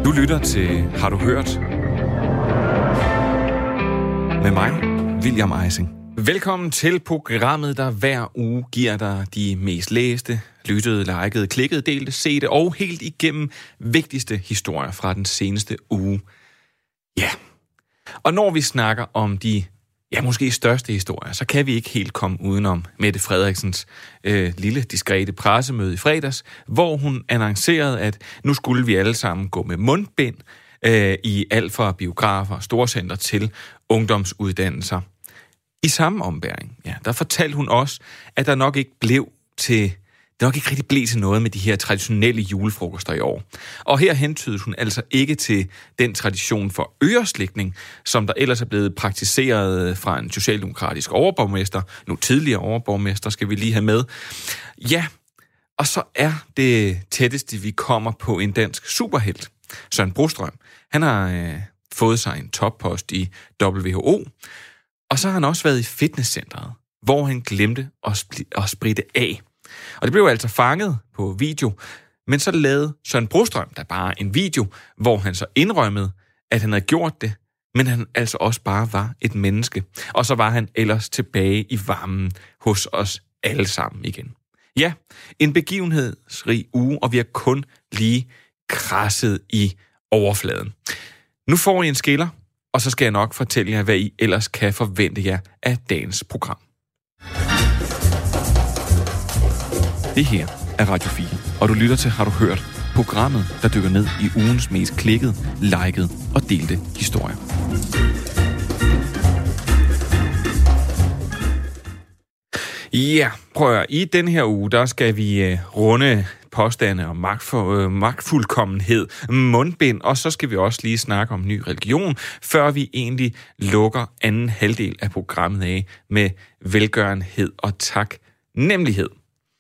Du lytter til Har du hørt? Med mig, William Eising. Velkommen til programmet, der hver uge giver dig de mest læste, lyttede, likede, klikkede, delte, sete og helt igennem vigtigste historier fra den seneste uge. Ja, og når vi snakker om de måske største historier, så kan vi ikke helt komme udenom Mette Frederiksens lille, diskrete pressemøde i fredags, hvor hun annoncerede, at nu skulle vi alle sammen gå med mundbind i alt fra biografer, storcenter til ungdomsuddannelser. I samme ombæring, der fortalte hun også, at der nok ikke rigtig blev til noget med de her traditionelle julefrokoster i år. Og her hentydede hun altså ikke til den tradition for øreslikning, som der ellers er blevet praktiseret fra en socialdemokratisk overborgmester, nu tidligere overborgmester skal vi lige have med. Ja, og så er det tætteste, vi kommer på en dansk superhelt, Søren Brostrøm. Han har fået sig en toppost i WHO, og så har han også været i fitnesscenteret, hvor han glemte at spritte af. Og det blev altså fanget på video, men så lavede Søren Brostrøm der bare en video, hvor han så indrømmede, at han havde gjort det, men han altså også bare var et menneske. Og så var han ellers tilbage i varmen hos os alle sammen igen. Ja, en begivenhedsrig uge, og vi har kun lige krasset i overfladen. Nu får I en skiller, og så skal jeg nok fortælle jer, hvad I ellers kan forvente jer af dagens program. Det her er Radio 4, og du lytter til Har du hørt? Programmet, der dykker ned i ugens mest klikkede, likede og delte historier. Ja, prøv at, i den her uge, der skal vi runde påstande om magtfuldkommenhed, mundbind, og så skal vi også lige snakke om ny religion, før vi egentlig lukker anden halvdel af programmet af med velgørenhed og taknemmelighed.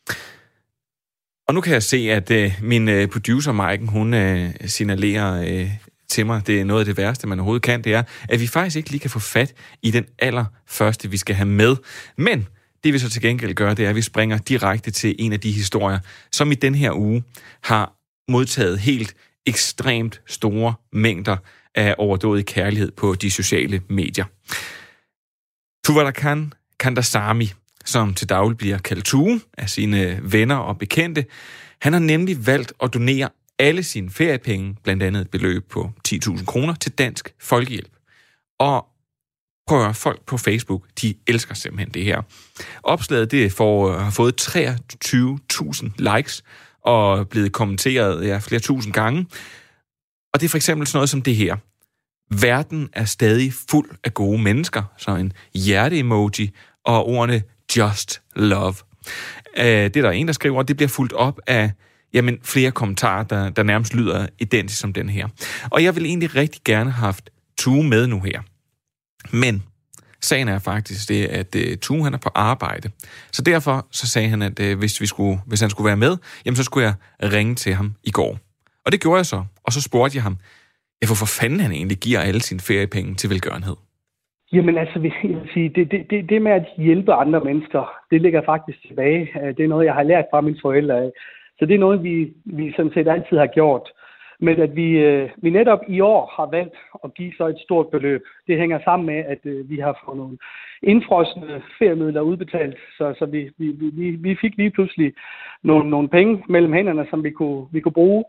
Og nu kan jeg se, at min producer, Maiken, hun signalerer til mig, det er noget af det værste, man overhovedet kan, det er, at vi faktisk ikke lige kan få fat i den allerførste, vi skal have med. Men det vi så til gengæld gør, det er, at vi springer direkte til en af de historier, som i den her uge har modtaget helt ekstremt store mængder af overdådig kærlighed på de sociale medier. Tuvalakan Kandasamy, som til daglig bliver kaldt Tue af sine venner og bekendte. Han har nemlig valgt at donere alle sine feriepenge, blandt andet et beløb på 10.000 kroner, til Dansk Folkehjælp. Og prøv at folk på Facebook, de elsker simpelthen det her. Opslaget det har fået 23.000 likes og blevet kommenteret flere tusind gange. Og det er for eksempel sådan noget som det her. Verden er stadig fuld af gode mennesker, så en hjerte-emoji og ordene Just Love. Det er der en, der skriver, og det bliver fulgt op af flere kommentarer, der nærmest lyder identisk som den her. Og jeg vil egentlig rigtig gerne have haft Tue med nu her. Men sagen er faktisk det, at Tue han er på arbejde. Så derfor så sagde han, at hvis han skulle være med, jamen så skulle jeg ringe til ham i går. Og det gjorde jeg så. Og så spurgte jeg ham, hvorfor fanden han egentlig giver alle sine feriepenge til velgørenhed. Jamen altså, vil jeg sige, det med at hjælpe andre mennesker, det ligger faktisk tilbage. Det er noget, jeg har lært fra mine forældre af. Så det er noget, vi sådan set altid har gjort. Men at vi netop i år har valgt at give så et stort beløb, det hænger sammen med, at vi har fået nogle indfrosne feriemidler udbetalt. Så vi fik lige pludselig nogle penge mellem hænderne, som vi kunne bruge.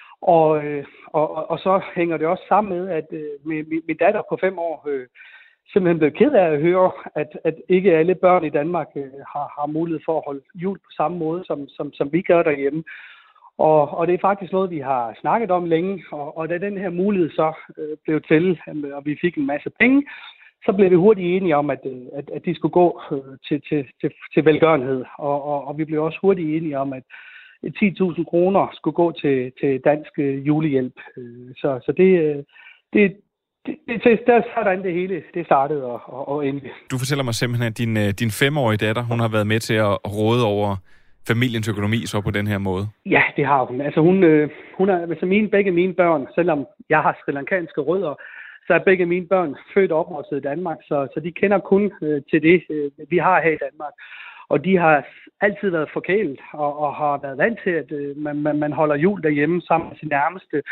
Og så hænger det også sammen med, at min datter på 5 år simpelthen blev ked af at høre, at ikke alle børn i Danmark har mulighed for at holde jul på samme måde, som vi gør derhjemme. Og det er faktisk noget, vi har snakket om længe, og da den her mulighed så blev til, og vi fik en masse penge, så blev vi hurtigt enige om, at de skulle gå til velgørenhed. Og vi blev også hurtigt enige om, at 10.000 kroner skulle gå til Dansk Julehjælp. Så det er sådan det hele det startede og endelig. Du fortæller mig simpelthen, at din 5-årige datter, hun har været med til at råde over familiens økonomi så på den her måde. Ja, det har hun. Altså hun er altså begge mine børn, selvom jeg har srilankanske rødder, så er begge mine børn født og opvokset i Danmark, så de kender kun til det, vi har her i Danmark. Og de har altid været forkælet og har været vant til, at man holder jul derhjemme sammen med sin nærmeste.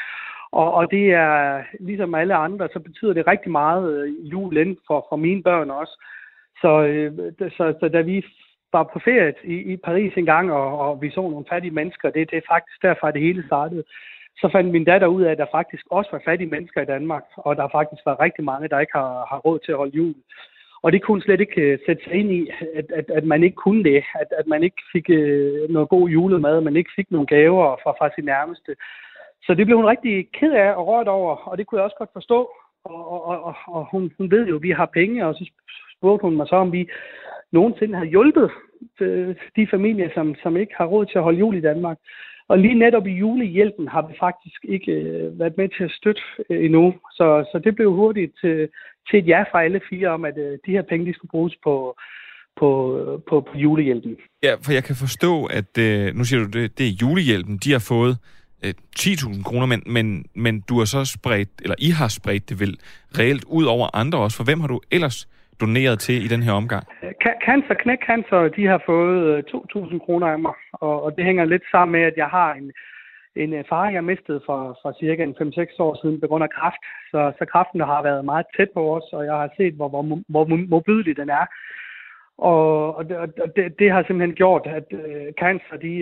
Og det er, ligesom alle andre, så betyder det rigtig meget julen for mine børn også. Så da vi var på ferie i Paris en gang, og vi så nogle fattige mennesker, det er faktisk derfra det hele startede. Så fandt min datter ud af, at der faktisk også var fattige mennesker i Danmark, og der faktisk var rigtig mange, der ikke har råd til at holde jul. Og det kunne slet ikke sætte sig ind i, at man ikke kunne det, at man ikke fik noget god julemad, man ikke fik nogle gaver fra sin nærmeste. Så det blev hun rigtig ked af og rørt over, og det kunne jeg også godt forstå. Og hun ved jo, at vi har penge, og så spurgte hun mig så, om vi nogensinde har hjulpet de familier, som ikke har råd til at holde jul i Danmark. Og lige netop i julehjælpen har vi faktisk ikke været med til at støtte endnu. Så det blev hurtigt til et ja fra alle fire om, at de her penge de skulle bruges på julehjælpen. Ja, for jeg kan forstå, at nu siger du, det er julehjælpen. De har fået 10.000 kroner, men du har så spredt, eller I har spredt det vel reelt ud over andre også. For hvem har du ellers doneret til i den her omgang? Knækcancer, de har fået 2.000 kroner af mig, og det hænger lidt sammen med, at jeg har en far, jeg mistede for cirka 5-6 år siden på grund af kræft. Så kræften har været meget tæt på os, og jeg har set, hvor modbydelig den er. Og det har simpelthen gjort, at cancer, de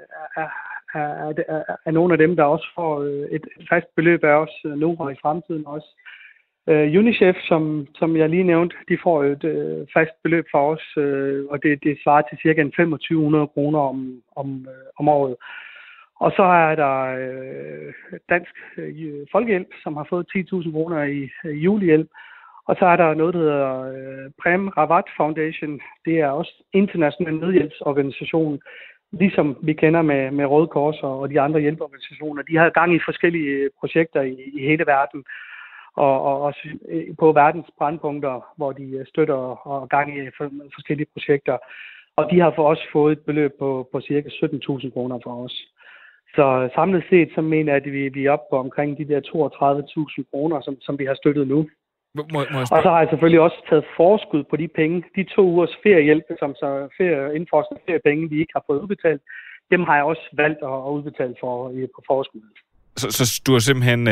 er nogle af dem, der også får et fast beløb af os nu og i fremtiden også. UNICEF, som jeg lige nævnte, de får et fast beløb for os, og det svarer til cirka 2.500 kroner om året. Og så er der Dansk Folkehjælp, som har fået 10.000 kroner i julehjælp. Og så er der noget, der hedder Prem Rawat Foundation. Det er også international nødhjælpsorganisation, ligesom vi kender med Røde Kors og de andre hjælpeorganisationer. De har gang i forskellige projekter i hele verden. Og også på verdens brandpunkter, hvor de støtter og gang i forskellige projekter. Og de har for os fået et beløb på cirka 17.000 kroner for os. Så samlet set, så mener jeg, at vi er oppe på omkring de der 32.000 kroner, som vi har støttet nu. Og så har jeg selvfølgelig også taget forskud på de penge. De 2 ugers feriehjælp, som så indforskende feriepenge, vi ikke har fået udbetalt, dem har jeg også valgt at udbetale på forskud. Så du har simpelthen,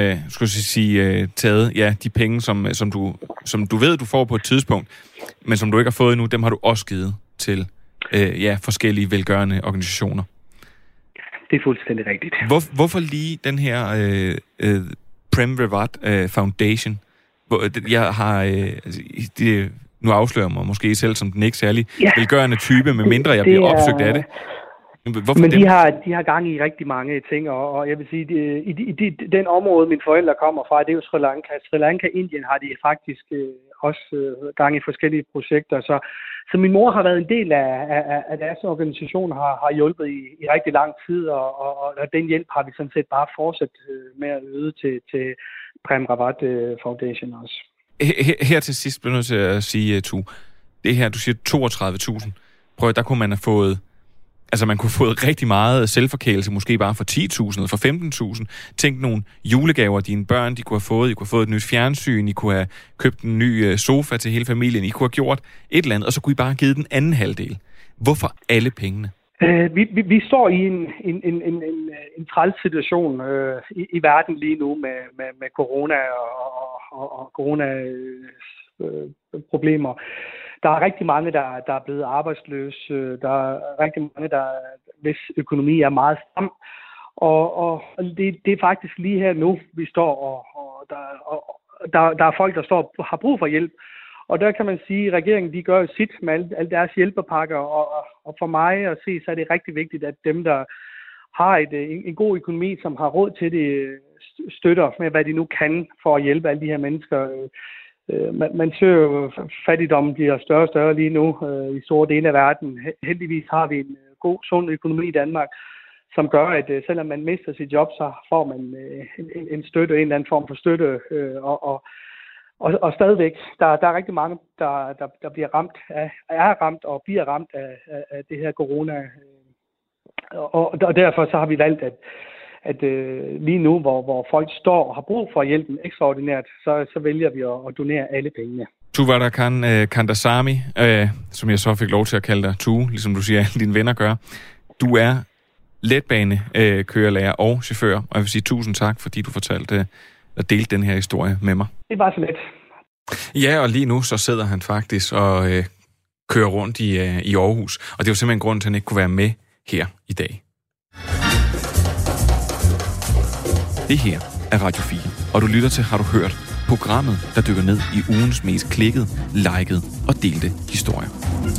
taget de penge, som du ved, du får på et tidspunkt, men som du ikke har fået endnu, dem har du også givet til forskellige velgørende organisationer. Det er fuldstændig rigtigt. Hvorfor lige den her Prem Rawat Foundation? Jeg har nu afslører mig måske selv som den ikke særlig velgørende type, med mindre jeg bliver opsøgt af det. Men de har gang i rigtig mange ting, og jeg vil sige, i den område, mine forældre kommer fra, det er jo Sri Lanka. Sri Lanka, Indien har de faktisk også gang i forskellige projekter. Så min mor har været en del af deres organisation, har hjulpet i rigtig lang tid, og den hjælp har vi sådan set bare fortsat med at yde til Prem Rawat Foundation også. Her til sidst bliver jeg nødt til at sige, Tu, det her, du siger 32.000. Prøv, der kunne man have fået... Altså, man kunne have fået rigtig meget selvforkælelse, måske bare for 10.000 eller for 15.000. Tænk nogle julegaver, dine børn de kunne have fået. I kunne have fået et nyt fjernsyn, I kunne have købt en ny sofa til hele familien. I kunne have gjort et eller andet, og så kunne I bare have givet den anden halvdel. Hvorfor alle pengene? Vi står i en træls situation i verden lige nu med corona og corona-problemer. Der er rigtig mange, der er blevet arbejdsløse. Der er rigtig mange, hvis økonomi er meget stram. Og det er faktisk lige her nu, vi står, og der er folk, der har brug for hjælp. Og der kan man sige, at regeringen de gør jo sit med alle deres hjælpepakker. Og for mig at se, så er det rigtig vigtigt, at dem, der har en god økonomi, som har råd til det, støtter med, hvad de nu kan for at hjælpe alle de her mennesker. Man ser jo, fattigdommen bliver større og større lige nu i store dele af verden. Heldigvis har vi en god, sund økonomi i Danmark, som gør, at selvom man mister sit job, så får man en støtte, en eller anden form for støtte. Og stadigvæk, der er rigtig mange, der bliver ramt og bliver ramt af det her corona. Og derfor så har vi valgt, at lige nu, hvor folk står og har brug for hjælpen ekstraordinært, så vælger vi at donere alle pengene. Tuvarakan Kandasamy, som jeg så fik lov til at kalde dig Tue, ligesom du siger, alle dine venner gør. Du er letbanekørelærer og chauffør. Og jeg vil sige tusind tak, fordi du fortalte og delte den her historie med mig. Det var så let. Ja, og lige nu så sidder han faktisk og kører rundt i Aarhus. Og det er jo simpelthen grunden til, at han ikke kunne være med her i dag. Det her er Radio 4, og du lytter til Har du hørt? Programmet, der dykker ned i ugens mest klikkede, likede og delte historier.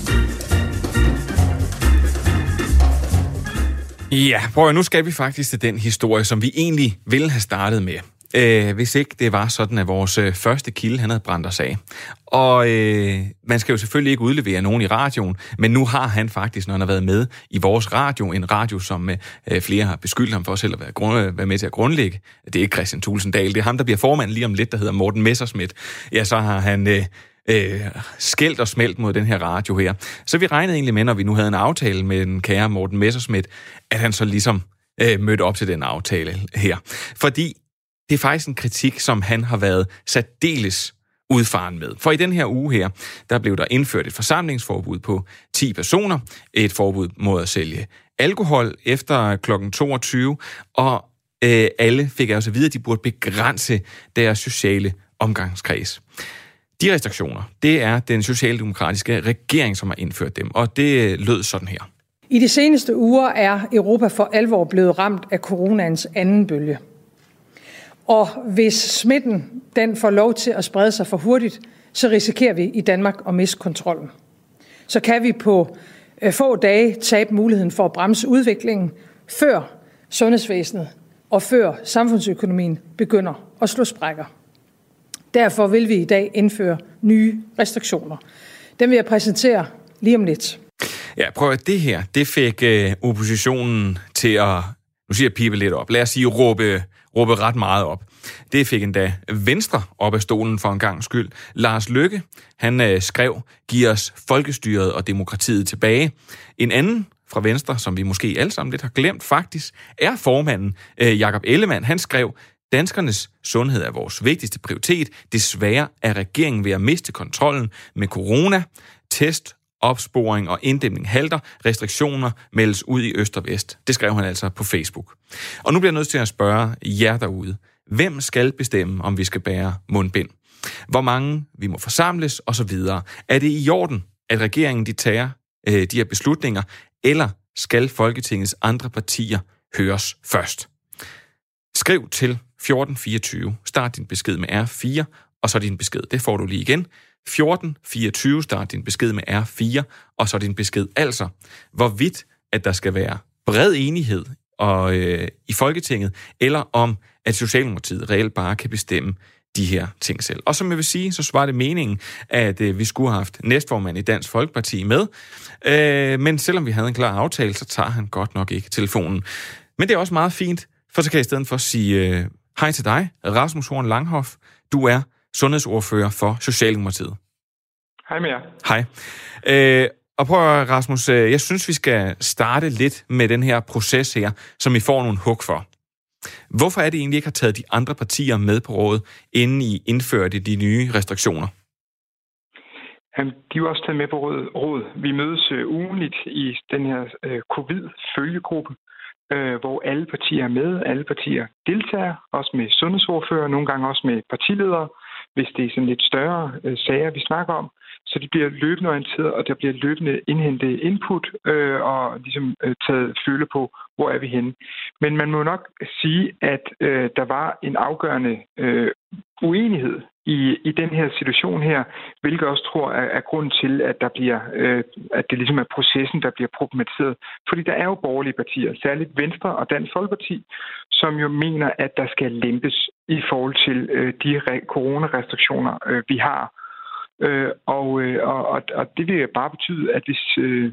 Ja, prøv at nu skal vi faktisk til den historie, som vi egentlig ville have startet med. Hvis ikke det var sådan, at vores første kilde, han havde brændt os af. Og man skal jo selvfølgelig ikke udlevere nogen i radioen, men nu har han faktisk, når han har været med i vores radio, en radio, som flere har beskyldt ham for selv at være med til at grundlægge. Det er ikke Christian Thulesen Dahl, det er ham, der bliver formand lige om lidt, der hedder Morten Messerschmidt. Ja, så har han skældt og smelt mod den her radio her. Så vi regnede egentlig med, når vi nu havde en aftale med den kære Morten Messerschmidt, at han så ligesom mødte op til den aftale her. Fordi det er faktisk en kritik, som han har været særdeles udfaren med. For i den her uge her, der blev der indført et forsamlingsforbud på 10 personer, et forbud mod at sælge alkohol efter kl. 22, og alle fik altså at vide, at de burde begrænse deres sociale omgangskreds. De restriktioner, det er den socialdemokratiske regering, som har indført dem, og det lød sådan her. I de seneste uger er Europa for alvor blevet ramt af coronaens anden bølge. Og hvis smitten den får lov til at sprede sig for hurtigt, så risikerer vi i Danmark at miste kontrollen. Så kan vi på få dage tabe muligheden for at bremse udviklingen, før sundhedsvæsenet og før samfundsøkonomien begynder at slå sprækker. Derfor vil vi i dag indføre nye restriktioner. Dem vil jeg præsentere lige om lidt. Ja, prøv at det her, det fik oppositionen til at, nu siger jeg pipe lidt op, lad os sige råbe ret meget op. Det fik endda Venstre op af stolen for en gang skyld. Lars Løkke, han skrev, giv os folkestyret og demokratiet tilbage. En anden fra Venstre, som vi måske alle sammen lidt har glemt faktisk, er formanden Jakob Ellemann. Han skrev, danskernes sundhed er vores vigtigste prioritet. Desværre er regeringen ved at miste kontrollen med corona. Test, opsporing og inddæmning halter. Restriktioner meldes ud i øst og vest. Det skrev han altså på Facebook. Og nu bliver jeg nødt til at spørge jer derude. Hvem skal bestemme, om vi skal bære mundbind? Hvor mange vi må forsamles osv.? Er det i orden, at regeringen de tager de her beslutninger, eller skal Folketingets andre partier høres først? Skriv til 1424. Start din besked med R4, og så din besked. Det får du lige igen. 1424. Start din besked med R4, og så din besked. Altså, hvorvidt at der skal være bred enighed i Folketinget, eller om at Socialdemokratiet reelt bare kan bestemme de her ting selv. Og som jeg vil sige, så var det meningen, at vi skulle have haft næstformand i Dansk Folkeparti med, men selvom vi havde en klar aftale, så tager han godt nok ikke telefonen. Men det er også meget fint, for så kan jeg i stedet for sige hej til dig, Rasmus Horn Langhoff. Du er sundhedsordfører for Socialdemokratiet. Hej med jer. Hej. Og prøv at, Rasmus, jeg synes, vi skal starte lidt med den her proces her, som I får nogle hug for. Hvorfor er det egentlig ikke har taget de andre partier med på rådet, inden I indførte de nye restriktioner? De er jo også taget med på råd. Vi mødes ugenligt i den her covid-følgegruppe, hvor alle partier er med, alle partier deltager, også med sundhedsordfører, nogle gange også med partiledere, hvis det er sådan lidt større sager, vi snakker om. Så de bliver løbende orienteret, og der bliver løbende indhentet input og ligesom taget føle på, hvor er vi henne. Men man må nok sige, at der var en afgørende uenighed i den her situation her, hvilket også tror er grunden til, at der bliver, at det ligesom er processen, der bliver problematiseret. Fordi der er jo borgerlige partier, særligt Venstre og Dansk Folkeparti, som jo mener, at der skal lempes i forhold til de coronarestriktioner, vi har. Og det vil bare betyde, at hvis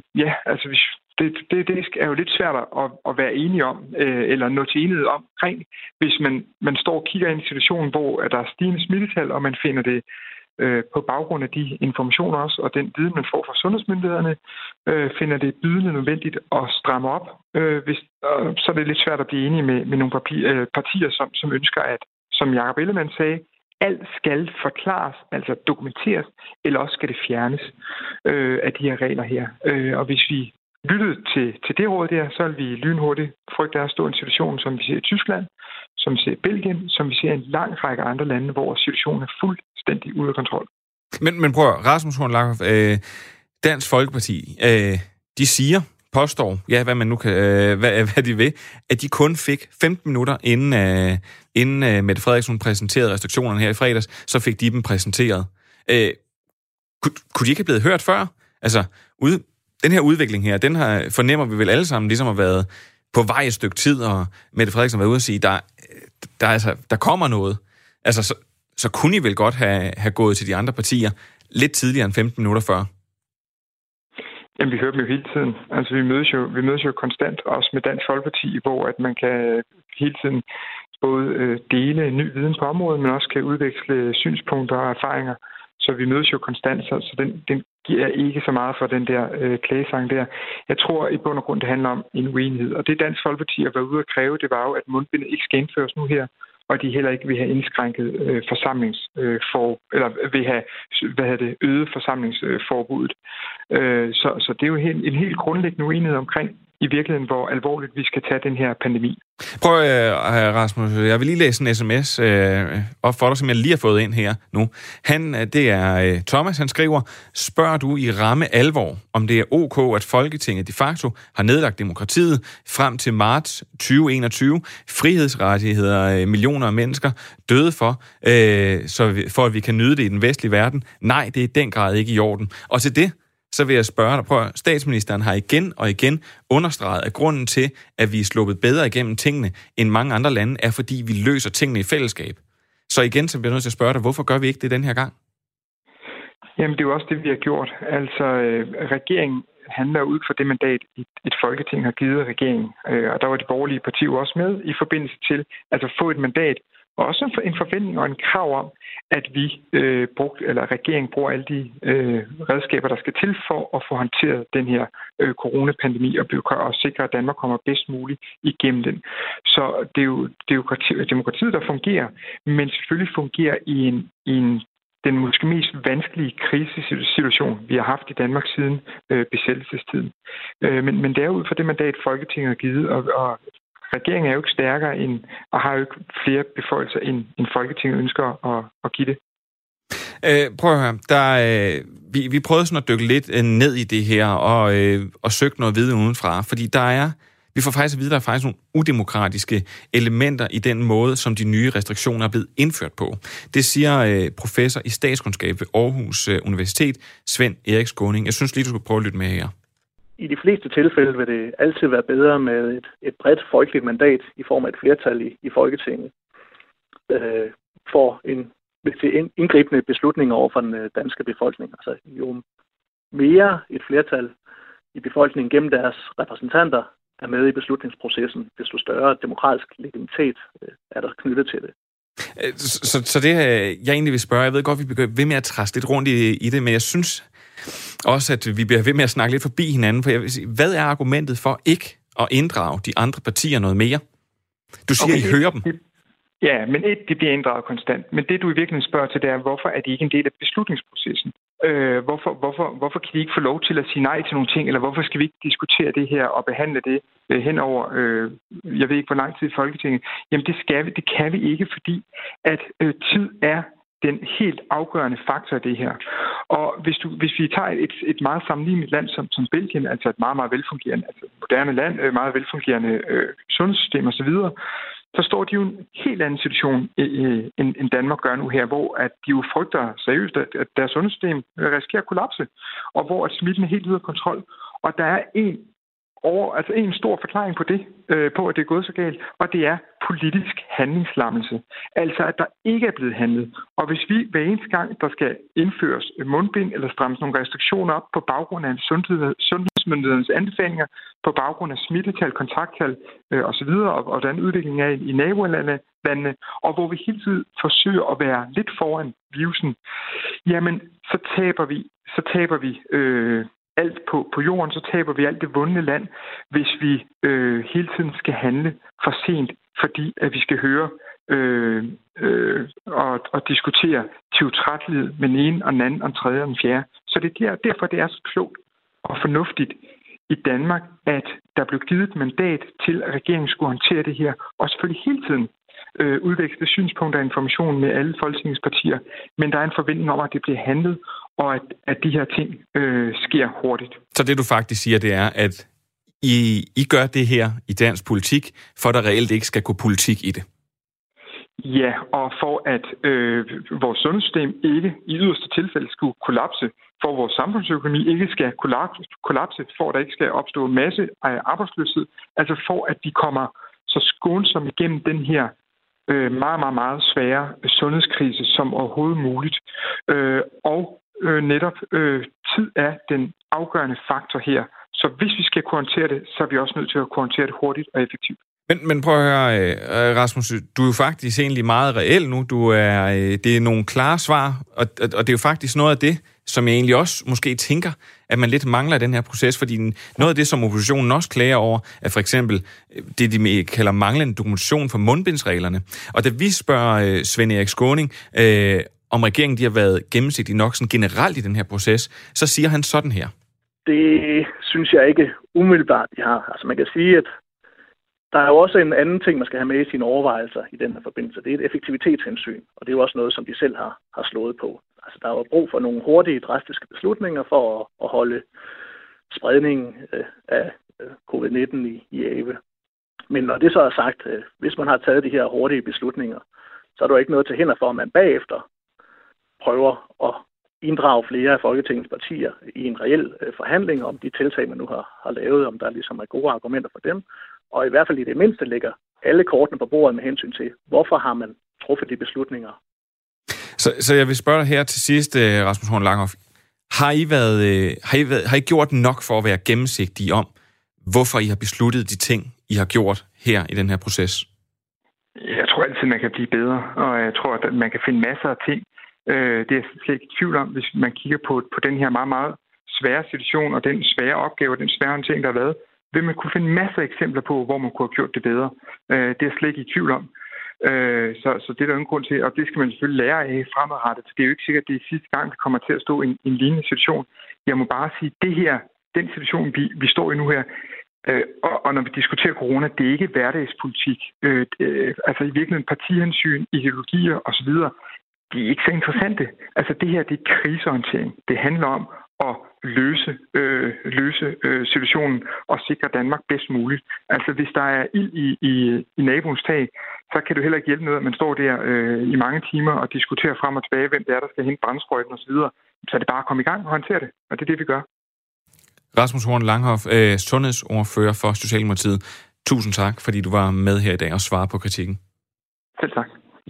det er jo lidt svært at være enige om, eller nå til enighed omkring, hvis man står og kigger ind i en situation, hvor der er stigende smittetal, og man finder det på baggrund af de informationer også, og den viden, man får fra sundhedsmyndighederne, finder det bydende nødvendigt at stramme op. Så er det lidt svært at blive enige med nogle partier, som ønsker, at, som Jakob Ellemann sagde, alt skal forklares, altså dokumenteres, eller også skal det fjernes af de her regler her. Og hvis vi lyttede til det råd der, så vil vi lynhurtigt frygte at stå i en situation, som vi ser i Tyskland, som vi ser i Belgien, som vi ser i en lang række andre lande, hvor situationen er fuldstændig ude af kontrol. Men prøv at, Rasmus Horn Langhoff, Dansk Folkeparti, de påstår, ja, hvad man nu kan, hvad de vil, at de kun fik 15 minutter inden Mette Frederiksen præsenterede restriktionerne her i fredags, så fik de dem præsenteret. Kunne de ikke have blevet hørt før? Altså, den her udvikling her, den her fornemmer vi vel alle sammen, ligesom har været på vej et stykke tid, og Mette Frederiksen har været ude og sige, der kommer noget. Altså, så kunne I vel godt have gået til de andre partier lidt tidligere end 15 minutter før? Jamen, vi hører dem jo hele tiden. Altså, vi mødes jo konstant, også med Dansk Folkeparti, hvor at man kan hele tiden både dele ny viden på området, men også kan udveksle synspunkter og erfaringer. Så vi mødes jo konstant, så den giver ikke så meget for den der klagesang der. Jeg tror i bund og grund, det handler om en uenighed. Og det Dansk Folkeparti har været ude at kræve, det var jo, at mundbindet ikke skal indføres nu her, og de heller ikke vil have indskrænket øget forsamlingsforbuddet. Så det er jo en helt grundlæggende uenighed omkring i virkeligheden, hvor alvorligt vi skal tage den her pandemi. Prøv, Rasmus, jeg vil lige læse en sms op for dig, som jeg lige har fået ind her nu. Det er Thomas, han skriver, spørger du i ramme alvor, om det er ok, at Folketinget de facto har nedlagt demokratiet frem til marts 2021, frihedsrettigheder millioner af mennesker døde for at vi kan nyde det i den vestlige verden? Nej, det er i den grad ikke i orden. Og til det, så vil jeg spørge dig, statsministeren har igen og igen understreget, at grunden til, at vi er sluppet bedre igennem tingene end mange andre lande, er fordi vi løser tingene i fællesskab. Så igen, så bliver jeg nødt til at spørge dig, hvorfor gør vi ikke det den her gang? Jamen, det er jo også det, vi har gjort. Altså, regeringen handler ud fra det mandat, et folketing har givet regeringen. Og der var de borgerlige partier også med i forbindelse til at få et mandat, og også en forventning og en krav om, at regeringen bruger alle de redskaber, der skal til for at få håndteret den her coronapandemi og sikre, at Danmark kommer bedst muligt igennem den. Så det er jo demokratiet, der fungerer, men selvfølgelig fungerer i den måske mest vanskelige krisesituation, vi har haft i Danmark siden besættelsestiden. Men det er ud fra det mandat, Folketinget har givet, og regeringen er jo ikke stærkere og har jo ikke flere beføjelser, end Folketinget ønsker at give det. Prøv at høre. Vi prøvede sådan at dykke lidt ned i det her og søge noget viden udenfra, fordi vi får faktisk at vide, at der er faktisk nogle udemokratiske elementer i den måde, som de nye restriktioner er blevet indført på. Det siger professor i statskundskab ved Aarhus Universitet, Svend Erik Skåning. Jeg synes lige, du skulle prøve at lytte med her. I de fleste tilfælde vil det altid være bedre med et bredt folkeligt mandat i form af et flertal i Folketinget for til indgribende beslutninger over for den danske befolkning. Altså jo mere et flertal i befolkningen gennem deres repræsentanter er med i beslutningsprocessen, desto større demokratisk legitimitet er der knyttet til det. Så det, jeg egentlig vil spørge, jeg ved godt, vi bliver ved med at træske lidt rundt i det, men jeg synes også, at vi bliver ved med at snakke lidt forbi hinanden, for jeg vil sige, hvad er argumentet for ikke at inddrage de andre partier noget mere? Du siger, I hører dem. Ja, men det bliver inddraget konstant. Men det, du i virkeligheden spørger til, det er, hvorfor er de ikke en del af beslutningsprocessen? Hvorfor kan de ikke få lov til at sige nej til nogle ting, eller hvorfor skal vi ikke diskutere det her og behandle det henover, jeg ved ikke, hvor lang tid i Folketinget? Jamen, det kan vi ikke, fordi at tid er den helt afgørende faktor af det her. Og hvis vi tager et meget sammenligneligt land som Belgien, altså et meget, meget velfungerende, altså moderne land, meget velfungerende sundhedssystem osv., så står de jo i en helt anden situation, end Danmark gør nu her, hvor at de jo frygter seriøst, at deres sundhedssystem risikerer at kollapse, og hvor at smitten er helt ude af kontrol. Og der er en stor forklaring på det, på at det er gået så galt, og det er politisk handlingslammelse. Altså, at der ikke er blevet handlet. Og hvis vi hver eneste gang, der skal indføres mundbind eller strammes nogle restriktioner op på baggrund af sundhedsmyndighedernes anbefalinger, på baggrund af smittetal, kontakttal osv., og hvordan udviklingen er i nabolandene, og hvor vi hele tiden forsøger at være lidt foran virusen, jamen, så taber vi alt på jorden, så taber vi alt det vundne land, hvis vi hele tiden skal handle for sent, fordi at vi skal høre og diskutere teotrætlighed med den ene og den anden og den tredje og den fjerde. Så det er derfor, det er så klogt og fornuftigt i Danmark, at der blev givet et mandat til, at regeringen skulle håndtere det her, og selvfølgelig hele tiden udveksle synspunkter og information med alle Folketingets partier. Men der er en forventning om, at det bliver handlet, og at de her ting sker hurtigt. Så det, du faktisk siger, det er, at I gør det her i dansk politik, for der reelt ikke skal gå politik i det? Ja, og for at vores sundhedssystem ikke i yderste tilfælde skulle kollapse, for vores samfundsøkonomi ikke skal kollapse, for at der ikke skal opstå masse arbejdsløshed, altså for at vi kommer så skånsomt igennem den her meget, meget, meget svære sundhedskrise som overhovedet muligt. Og netop tid er den afgørende faktor her. Så hvis vi skal kunne håndtere det, så er vi også nødt til at kunne håndtere det hurtigt og effektivt. Men prøv at høre, Rasmus, du er jo faktisk egentlig meget reel nu. Det er nogle klare svar, og det er jo faktisk noget af det, som jeg egentlig også måske tænker, at man lidt mangler i den her proces, fordi noget af det, som oppositionen også klager over, er for eksempel det, de kalder manglende dokumentation for mundbindsreglerne. Og da vi spørger Svend Erik Skaaning, om regeringen de har været gennemsigtig nok sådan generelt i den her proces, så siger han sådan her. Det synes jeg ikke umiddelbart, de har. Altså man kan sige, at der er jo også en anden ting, man skal have med i sine overvejelser i den her forbindelse. Det er et effektivitetshensyn, og det er jo også noget, som de selv har slået på. Altså der er jo brug for nogle hurtige, drastiske beslutninger for at holde spredningen af covid-19 i ave. Men når det så er sagt, hvis man har taget de her hurtige beslutninger, så er der jo ikke noget til hinder for, at man bagefter prøver at inddrage flere af Folketingets partier i en reel forhandling om de tiltag, man nu har lavet, om der ligesom er gode argumenter for dem. Og i hvert fald i det mindste ligger alle kortene på bordet med hensyn til, hvorfor har man truffet de beslutninger. Så jeg vil spørge dig her til sidst, Rasmus Horn Langhoff. Har I gjort nok for at være gennemsigtige om, hvorfor I har besluttet de ting, I har gjort her i den her proces? Jeg tror altid, man kan blive bedre, og jeg tror, at man kan finde masser af ting. Det er jeg slet ikke i tvivl om, hvis man kigger på den her meget, meget svære situation, og den svære opgave, og den svære håndtering, der har været, vil man kunne finde masser af eksempler på, hvor man kunne have gjort det bedre. Det er jeg slet ikke i tvivl om. Så det er der ingen grund til, og det skal man selvfølgelig lære af fremadrettet. Det er jo ikke sikkert, at det er sidste gang, vi kommer til at stå i en lignende situation. Jeg må bare sige, den situation, vi står i nu her, og når vi diskuterer corona, det er ikke hverdagspolitik. Altså i virkeligheden partihensyn, ideologier osv., de er ikke så interessante. Altså det her, det er krisehåndtering. Det handler om at løse situationen og sikre Danmark bedst muligt. Altså hvis der er ild i naboens tag, så kan det heller ikke hjælpe noget, at man står der i mange timer og diskuterer frem og tilbage, hvem det er, der skal hente brandsprøjten osv. Så er det bare at komme i gang og håndtere det, og det er det, vi gør. Rasmus Horn Langhoff, sundhedsordfører for Socialdemokratiet. Tusind tak, fordi du var med her i dag og svarede på kritikken. Selv tak.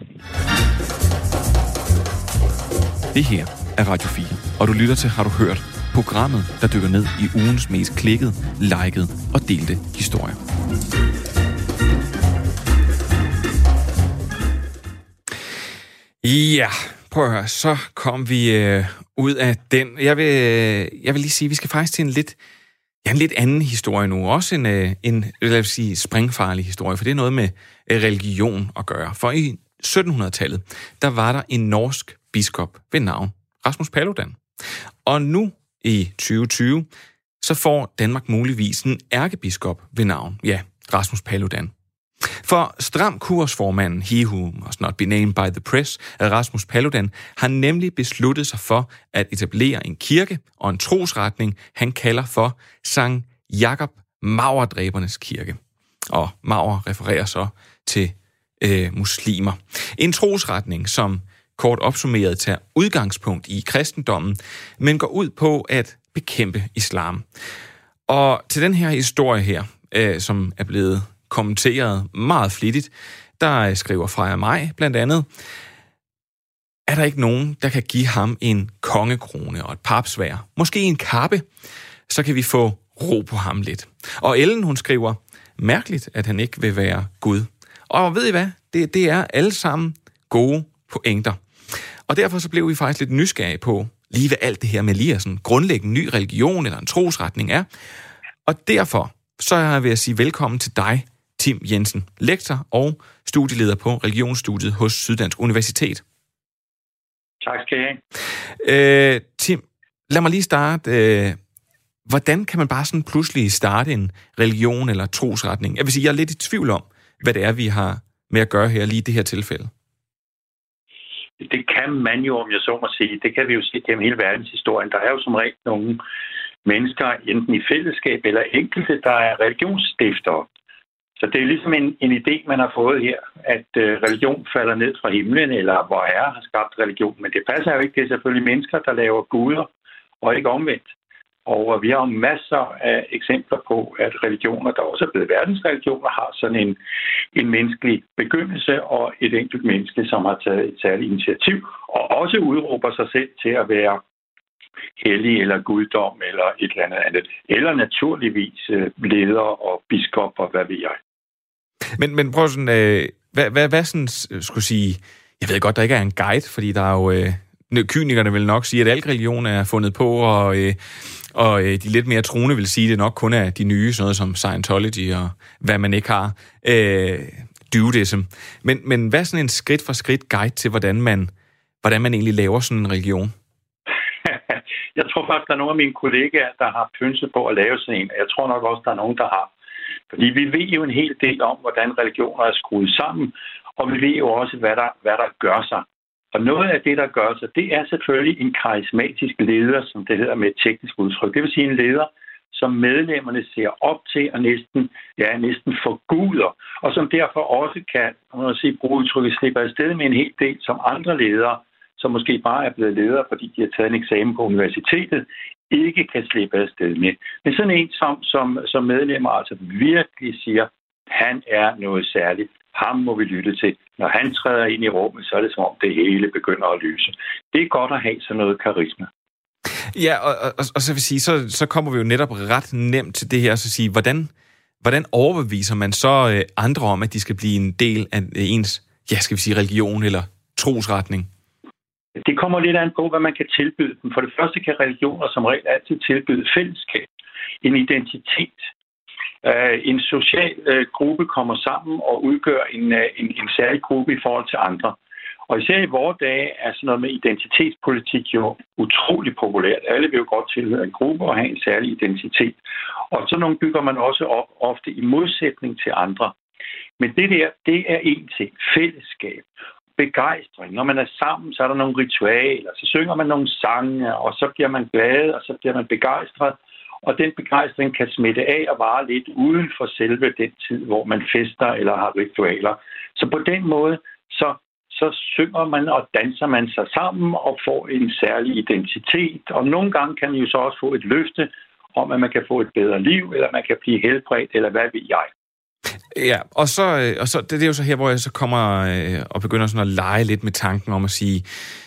Det her er Radio 4, og du lytter til Har du hørt? Programmet, der dykker ned i ugens mest klikkede, likede og delte historier. Ja, prøv at høre, så kom vi ud af den. Jeg vil lige sige, at vi skal faktisk til en lidt anden historie nu. Også en lad os sige, springfarlig historie, for det er noget med religion at gøre. For i 1700-tallet, der var der en norsk biskop ved navn Rasmus Paludan. Og nu i 2020, så får Danmark muligvis en ærkebiskop ved navn, Rasmus Paludan. For stram kursformanden, he who must not be named by the press, Rasmus Paludan, har nemlig besluttet sig for at etablere en kirke og en trosretning, han kalder for Sankt Jakob Maurdræbernes Kirke. Og Maur refererer så til muslimer. En trosretning, som kort opsummeret tager udgangspunkt i kristendommen, men går ud på at bekæmpe islam. Og til den her historie her, som er blevet kommenteret meget flittigt, der skriver Freja Maj blandt andet, er der ikke nogen, der kan give ham en kongekrone og et papsværd, måske en kappe, så kan vi få ro på ham lidt. Og Ellen, hun skriver, mærkeligt, at han ikke vil være Gud. Og ved I hvad? Det er alle sammen gode pointer. Og derfor så blev vi faktisk lidt nysgerrige på, lige hvad alt det her med lige er sådan en grundlæggende ny religion eller en trosretning er. Og derfor så er jeg ved at sige velkommen til dig, Tim Jensen, lektor og studieleder på religionsstudiet hos Syddansk Universitet. Tak skal I have. Tim, lad mig lige starte hvordan kan man bare sådan pludselig starte en religion eller trosretning? Jeg vil sige, jeg er lidt i tvivl om, hvad det er, vi har med at gøre her lige i det her tilfælde. Det kan man jo, om jeg så må sige. Det kan vi jo se gennem hele verdenshistorien. Der er jo som regel nogle mennesker, enten i fællesskab eller enkelte, der er religionsstiftere. Så det er ligesom en idé, man har fået her, at religion falder ned fra himlen, eller hvor Herre har skabt religion. Men det passer jo ikke. Det er selvfølgelig mennesker, der laver guder, og ikke omvendt. Og vi har masser af eksempler på, at religioner, der også er blevet verdensreligioner, har sådan en menneskelig begyndelse og et enkelt menneske, som har taget et særligt initiativ, og også udråber sig selv til at være hellig eller guddom eller et eller andet. Eller naturligvis ledere og biskopper, hvad ved jeg. Men prøv sådan, hvad sådan skulle sige, jeg ved godt, der ikke er en guide, fordi der er jo, kynikerne vil nok sige, at al religion er fundet på, og de lidt mere troende vil sige, at det nok kun er de nye, sådan noget som Scientology og hvad man ikke har, Judaism. Men hvad er sådan en skridt for skridt guide til, hvordan man egentlig laver sådan en religion? Jeg tror faktisk, der er nogle af mine kollegaer, der har pynset på at lave sådan en. Jeg tror nok også, der er nogen, der har. Fordi vi ved jo en hel del om, hvordan religioner er skruet sammen, og vi ved jo også, hvad der gør sig. Og noget af det, der gør sig, det er selvfølgelig en karismatisk leder, som det hedder med et teknisk udtryk. Det vil sige en leder, som medlemmerne ser op til og næsten forguder, og som derfor også kan, bruge udtrykket, slippe afsted med en hel del, som andre ledere, som måske bare er blevet ledere, fordi de har taget en eksamen på universitetet, ikke kan slippe afsted med. Men sådan en, som medlemmer altså virkelig siger, han er noget særligt. Ham må vi lytte til. Når han træder ind i rummet, så er det som om det hele begynder at lyse. Det er godt at have sådan noget karisma. Ja, og så vil sige, så kommer vi jo netop ret nemt til det her, så sige, hvordan overbeviser man så andre om, at de skal blive en del af ens, religion eller trosretning? Det kommer lidt an på, hvad man kan tilbyde dem. For det første kan religioner som regel altid tilbyde fællesskab, en identitet. En social gruppe kommer sammen og udgør en særlig gruppe i forhold til andre. Og især i vores dage er sådan noget med identitetspolitik jo utrolig populært. Alle vil jo godt tilhøre en gruppe og have en særlig identitet. Og sådan nogle bygger man også op ofte i modsætning til andre. Men det er en ting. Fællesskab. Begejstring. Når man er sammen, så er der nogle ritualer. Så synger man nogle sange, og så bliver man glad, og så bliver man begejstret. Og den begejstring kan smitte af og vare lidt uden for selve den tid, hvor man fester eller har ritualer. Så på den måde, så synger man og danser man sig sammen og får en særlig identitet. Og nogle gange kan man jo så også få et løfte om, at man kan få et bedre liv, eller man kan blive helbredt, eller hvad ved jeg. Ja, og så det er jo så her, hvor jeg så kommer og begynder sådan at lege lidt med tanken om at sige,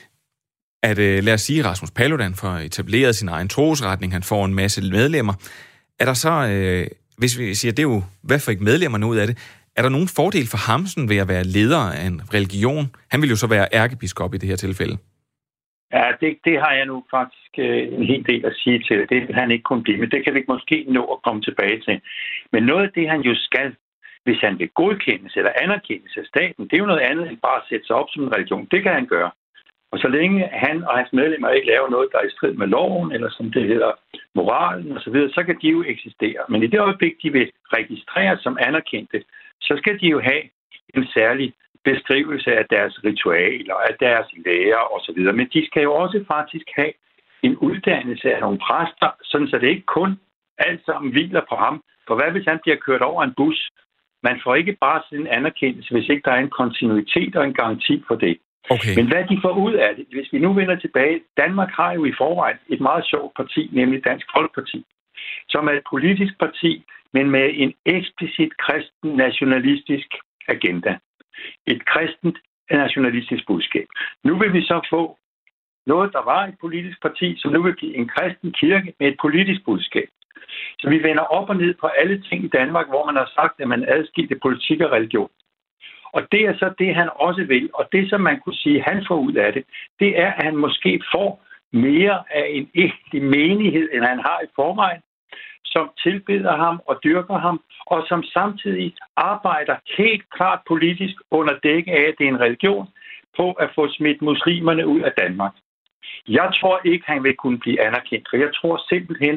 at lad os sige, Rasmus Paludan får etableret sin egen trosretning, han får en masse medlemmer. Er der så, hvis vi siger, det er jo, hvad får ikke medlemmerne ud af det, er der nogen fordel for ham sådan ved at være leder af en religion? Han vil jo så være ærkebiskop i det her tilfælde. Ja, det har jeg nu faktisk en hel del at sige til. Det vil han ikke kunne blive, men det kan vi måske nå at komme tilbage til. Men noget af det, han jo skal, hvis han vil godkendes eller anerkendes af staten, det er jo noget andet end bare at sætte sig op som en religion. Det kan han gøre. Og så længe han og hans medlemmer ikke laver noget, der er i strid med loven, eller som det hedder moralen osv., så kan de jo eksistere. Men i det øjeblik, de vil registreres som anerkendte, så skal de jo have en særlig beskrivelse af deres ritualer, af deres lærer osv. Men de skal jo også faktisk have en uddannelse af nogle præster, sådan så det ikke kun alt sammen hviler på ham. For hvad hvis han bliver kørt over en bus? Man får ikke bare sådan en anerkendelse, hvis ikke der er en kontinuitet og en garanti for det. Okay. Men hvad de får ud af det, hvis vi nu vender tilbage, Danmark har jo i forvejen et meget sjovt parti, nemlig Dansk Folkeparti, som er et politisk parti, men med en eksplicit kristen nationalistisk agenda. Et kristent nationalistisk budskab. Nu vil vi så få noget, der var et politisk parti, som nu vil blive en kristen kirke med et politisk budskab. Så vi vender op og ned på alle ting i Danmark, hvor man har sagt, at man adskilte politik og religion. Og det er så det, han også vil. Og det, som man kunne sige, han får ud af det, det er, at han måske får mere af en ægte menighed, end han har i forvejen, som tilbeder ham og dyrker ham, og som samtidig arbejder helt klart politisk under dække af, at det er en religion, på at få smidt muslimerne ud af Danmark. Jeg tror ikke, han vil kunne blive anerkendt, for jeg tror simpelthen,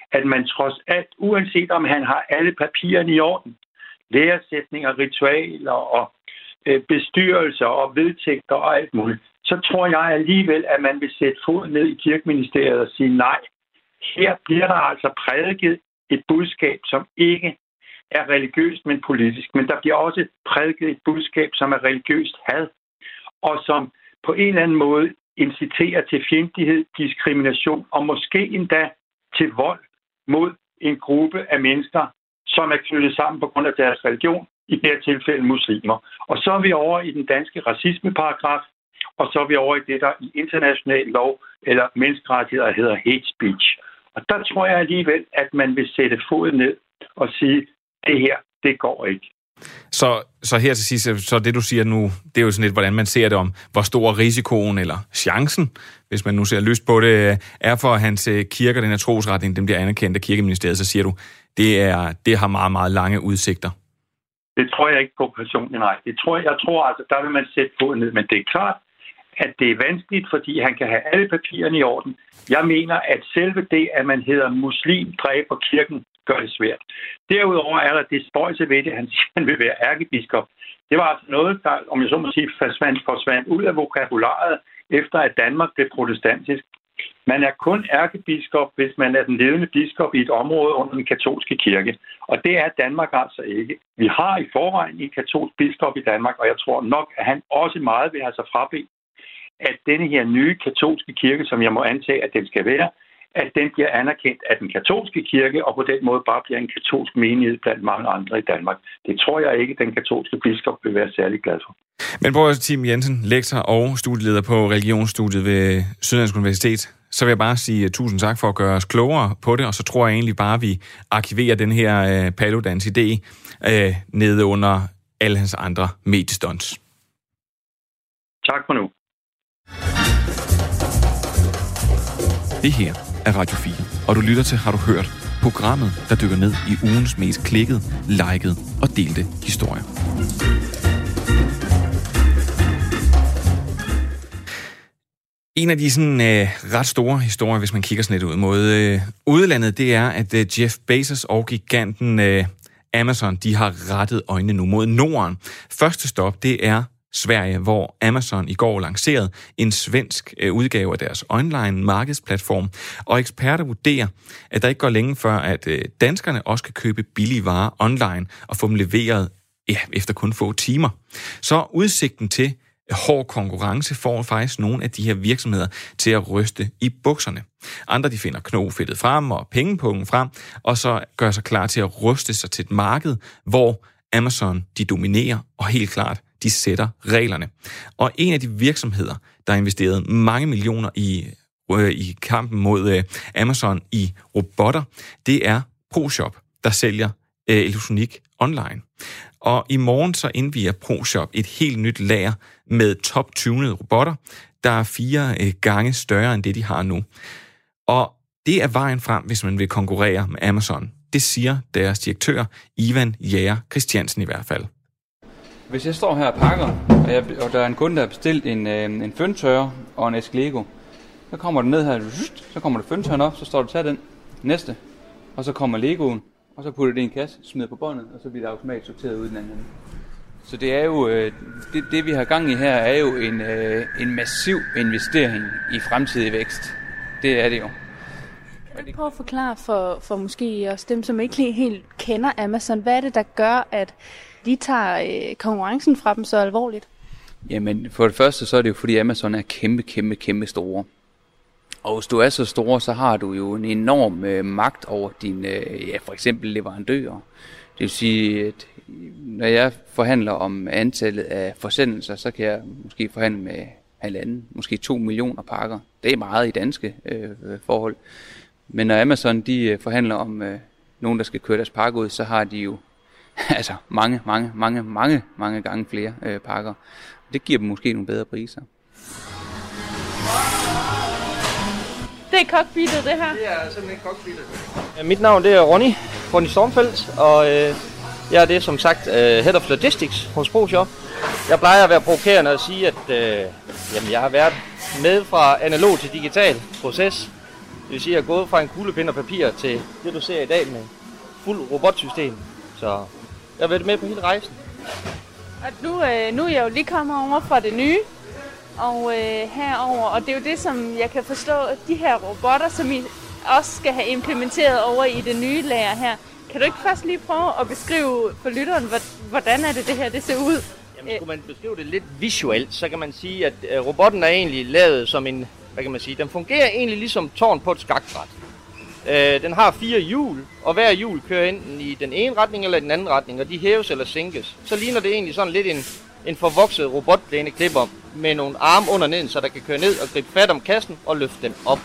at man trods alt, uanset om han har alle papirerne i orden, læresætninger, ritualer og bestyrelser og vedtægter og alt muligt, så tror jeg alligevel, at man vil sætte foden ned i Kirkeministeriet og sige nej. Her bliver der altså prædiket et budskab, som ikke er religiøst, men politisk. Men der bliver også prædiket et budskab, som er religiøst had, og som på en eller anden måde inciterer til fjendtlighed, diskrimination og måske endda til vold mod en gruppe af mennesker, som er knyttet sammen på grund af deres religion, i det her tilfælde muslimer. Og så er vi over i den danske racismeparagraf, og så er vi over i det, der i international lov eller menneskerettigheder hedder hate speech. Og der tror jeg alligevel, at man vil sætte foden ned og sige, det her, det går ikke. Så her til sidst, så det du siger nu, det er jo sådan lidt, hvordan man ser det om, hvor stor risikoen eller chancen, hvis man nu ser lyst på det, er for at hans kirker, den her trosretning, den bliver anerkendt af Kirkeministeriet, så siger du, det har meget, meget lange udsigter. Det tror jeg ikke på personligt, nej. Jeg tror altså, der vil man sætte foden ned, men det er klart, at det er vanskeligt, fordi han kan have alle papirerne i orden. Jeg mener, at selve det, at man hedder muslim, dræber kirken, gør det svært. Derudover er der det spøjse ved det, han siger, han vil være ærkebiskop. Det var altså noget, der, om jeg så må sige, forsvandt ud af vokabularet, efter at Danmark blev protestantisk. Man er kun ærkebiskop, hvis man er den ledende biskop i et område under den katolske kirke. Og det er Danmark altså ikke. Vi har i forvejen en katolsk biskop i Danmark, og jeg tror nok, at han også meget vil have sig frabedt, at denne her nye katolske kirke, som jeg må antage, at den skal være, at den bliver anerkendt af den katolske kirke, og på den måde bare bliver en katolsk menighed blandt mange andre i Danmark. Det tror jeg ikke, den katolske biskop vil være særlig glad for. Men Boris Tim Jensen, lektor og studieleder på religionsstudiet ved Syddansk Universitet, så vil jeg bare sige tusind tak for at gøre os klogere på det, og så tror jeg egentlig bare, at vi arkiverer den her Paludans-idé nede under alle hans andre mediestunts. Tak for nu. Det her er Radio 4, og du lytter til Har du hørt? Programmet, der dykker ned i ugens mest klikkede, likede og delte historier. En af de sådan, ret store historier, hvis man kigger sådan lidt ud mod udlandet, det er, at Jeff Bezos og giganten Amazon, de har rettet øjnene nu mod Norden. Første stop, det er Sverige, hvor Amazon i går lancerede en svensk udgave af deres online markedsplatform, og eksperter vurderer, at der ikke går længe før, at danskerne også kan købe billige varer online og få dem leveret efter kun få timer. Så udsigten til hård konkurrence får faktisk nogle af de her virksomheder til at ryste i bukserne. Andre de finder knofedtet frem og pengepungen frem, og så gør sig klar til at ryste sig til et marked, hvor Amazon de dominerer, og helt klart de sætter reglerne. Og en af de virksomheder, der har investeret mange millioner i kampen mod Amazon i robotter, det er ProShop, der sælger elektronik online. Og i morgen så indviger ProShop et helt nyt lager med top-tunede robotter, der er 4 gange større end det, de har nu. Og det er vejen frem, hvis man vil konkurrere med Amazon. Det siger deres direktør, Ivan Jager Christiansen i hvert fald. Hvis jeg står her og pakker, og der er en kunde, der har bestilt en føntørrer og en æske Lego, så kommer den ned her, så kommer der føntørren op, så står der, tag den næste, og så kommer Legoen, og så putter det i en kasse, smider på båndet, og så bliver det automatisk sorteret ud den anden. Så det er jo, det vi har gang i her, er jo en massiv investering i fremtidig vækst. Det er det jo. Prøv at forklare for måske også dem, som ikke helt kender Amazon. Hvad er det, der gør, at de tager konkurrencen fra dem så alvorligt? Jamen, for det første, så er det jo, fordi Amazon er kæmpe store. Og hvis du er så stor, så har du jo en enorm magt over dine, for eksempel leverandører. Det vil sige, at når jeg forhandler om antallet af forsendelser, så kan jeg måske forhandle med 1,5, måske 2 millioner pakker. Det er meget i danske forhold. Men når Amazon de forhandler om nogen, der skal køre deres pakke ud, så har de jo altså mange gange flere pakker. Det giver dem måske nogle bedre priser. Det er cockpittet, det her. Det er simpelthen cockpittet. Mit navn det er Ronny Stormfeldt, og jeg er det som sagt Head of Logistics hos ProShop. Jeg plejer at være provokerende og sige, at jeg har været med fra analog til digital proces Det vil sige, at jeg er gået fra en kuglepind og papir til det, du ser i dag med fuld robotsystem. Så jeg har været med på hele rejsen. Og nu er jeg jo lige kommet over fra det nye, og herover, og det er jo det, som jeg kan forstå, de her robotter, som I også skal have implementeret over i det nye lager her. Kan du ikke først lige prøve at beskrive for lytteren, hvordan er det her det ser ud? Jamen, skulle man beskrive det lidt visuelt, så kan man sige, at robotten er egentlig lavet som en, hvad kan man sige, den fungerer egentlig ligesom tårn på et skakbræt. Den har 4 hjul, og hver hjul kører enten i den ene retning eller i den anden retning, og de hæves eller sænkes. Så ligner det egentlig sådan lidt en forvokset robotplæneklipper med nogle arme under neden, så der kan køre ned og gribe fat om kassen og løfte den op.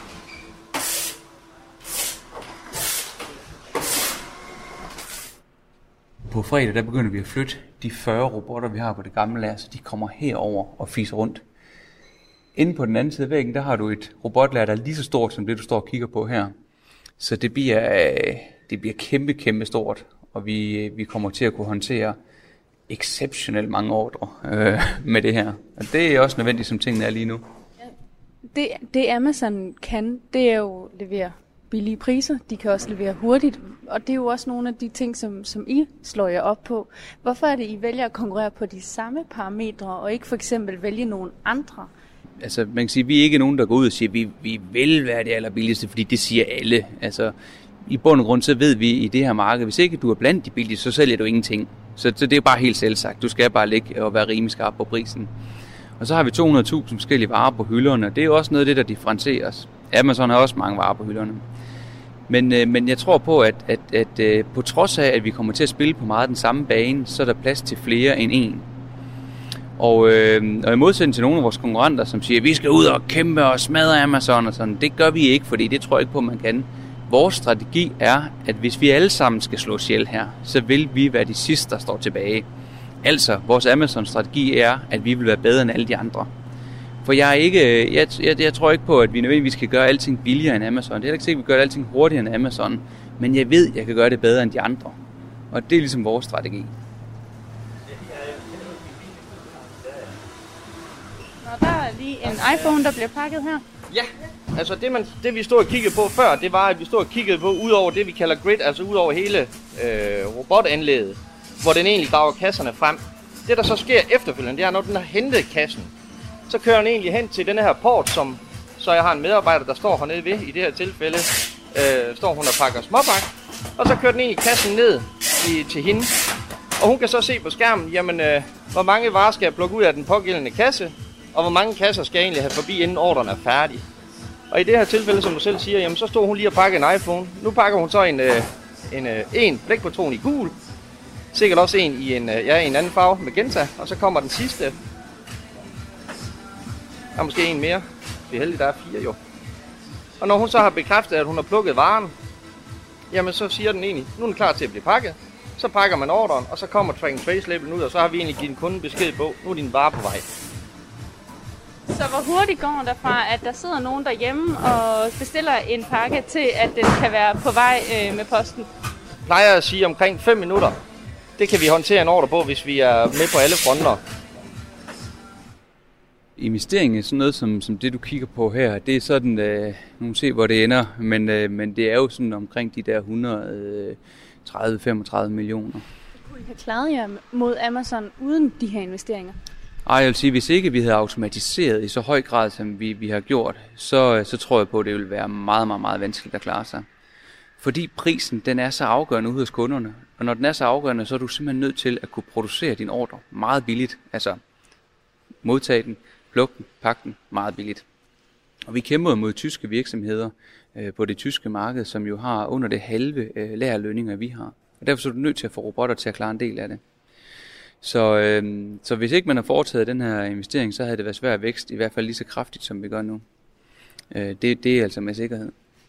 På fredag der begynder vi at flytte de 40 robotter, vi har på det gamle lager, så de kommer herover og fiser rundt. Inde på den anden side af væggen, der har du et robotlager, der er lige så stort som det, du står og kigger på her. Så det bliver kæmpe, kæmpe stort, og vi kommer til at kunne håndtere exceptionelt mange ordre med det her. Og det er også nødvendigt, som tingene er lige nu. Det Amazon kan, det er jo levere billige priser. De kan også levere hurtigt, og det er jo også nogle af de ting, som I slår jer op på. Hvorfor er det, I vælger at konkurrere på de samme parametre, og ikke for eksempel vælge nogle andre? Altså, man kan sige, at vi er ikke nogen, der går ud og siger, at vi vil være det allerbilligste, fordi det siger alle. Altså, i bund og grund, så ved vi i det her marked, hvis ikke du er blandt de billigste, så sælger du ingenting. Så det er bare helt selvsagt. Du skal bare ligge og være rimelig skarp på prisen. Og så har vi 200.000 forskellige varer på hylderne. Det er jo også noget af det, der differentierer os. Amazon har også mange varer på hylderne. Men jeg tror på, at på trods af, at vi kommer til at spille på meget den samme bane, så er der plads til flere end en. Og i modsætning til nogle af vores konkurrenter, som siger, at vi skal ud og kæmpe og smadre Amazon og sådan, det gør vi ikke, fordi det tror jeg ikke på, man kan. Vores strategi er, at hvis vi alle sammen skal slå ihjel her, så vil vi være de sidste, der står tilbage. Altså, vores Amazon-strategi er, at vi vil være bedre end alle de andre. For jeg tror ikke på, at vi nødvendigvis kan gøre alting billigere end Amazon. Det er heller ikke sikkert, at vi gør alting hurtigere end Amazon. Men jeg ved, at jeg kan gøre det bedre end de andre. Og det er ligesom vores strategi. Og der er lige en iPhone, der bliver pakket her. Ja, altså det vi stod og kiggede på før, det var, at vi stod og kiggede på ud over det, vi kalder grid, altså ud over hele robotanlægget, hvor den egentlig graver kasserne frem. Det, der så sker efterfølgende, det er, når den har hentet kassen, så kører den egentlig hen til den her port, så jeg har en medarbejder, der står hernede ved, i det her tilfælde, står hun og pakker småpakke, og så kører den egentlig kassen ned til hende, og hun kan så se på skærmen, jamen, hvor mange varer skal jeg plukke ud af den pågældende kasse, og hvor mange kasser skal jeg egentlig have forbi, inden ordren er færdig. Og i det her tilfælde, som du selv siger, jamen, så stod hun lige og pakkede en iPhone. Nu pakker hun så en blækpatron i gul, sikkert også en i en anden farve, magenta, og så kommer den sidste. Der er måske en mere. Det er heldigt, der er 4 jo. Og når hun så har bekræftet, at hun har plukket varen, jamen så siger den egentlig, nu er den klar til at blive pakket. Så pakker man ordren, og så kommer track and trace labelen ud, og så har vi egentlig givet en kunde besked på, nu er din vare på vej. Så hvor hurtigt går der fra, at der sidder nogen derhjemme og bestiller en pakke, til at den kan være på vej med posten? Jeg plejer at sige omkring 5 minutter. Det kan vi håndtere en ordre på, hvis vi er med på alle fronter. Investering i sådan noget som det, du kigger på her, det er sådan, nu må se, hvor det ender, men det er jo sådan omkring de der 130-35 millioner. Kunne I have klaret jer mod Amazon uden de her investeringer? Ej, jeg vil sige, hvis ikke vi havde automatiseret i så høj grad, som vi har gjort, så tror jeg på, at det ville være meget, meget, meget vanskeligt at klare sig. Fordi prisen, den er så afgørende ude hos kunderne. Og når den er så afgørende, så er du simpelthen nødt til at kunne producere din ordre meget billigt. Altså modtage den, plukke den, pakke den meget billigt. Og vi kæmper mod tyske virksomheder på det tyske marked, som jo har under det halve lagerlønninger, vi har. Og derfor er du nødt til at få robotter til at klare en del af det. Så hvis ikke man har foretaget den her investering, så havde det været svært vækst, i hvert fald lige så kraftigt, som vi gør nu. Det er altså med sikkerhed.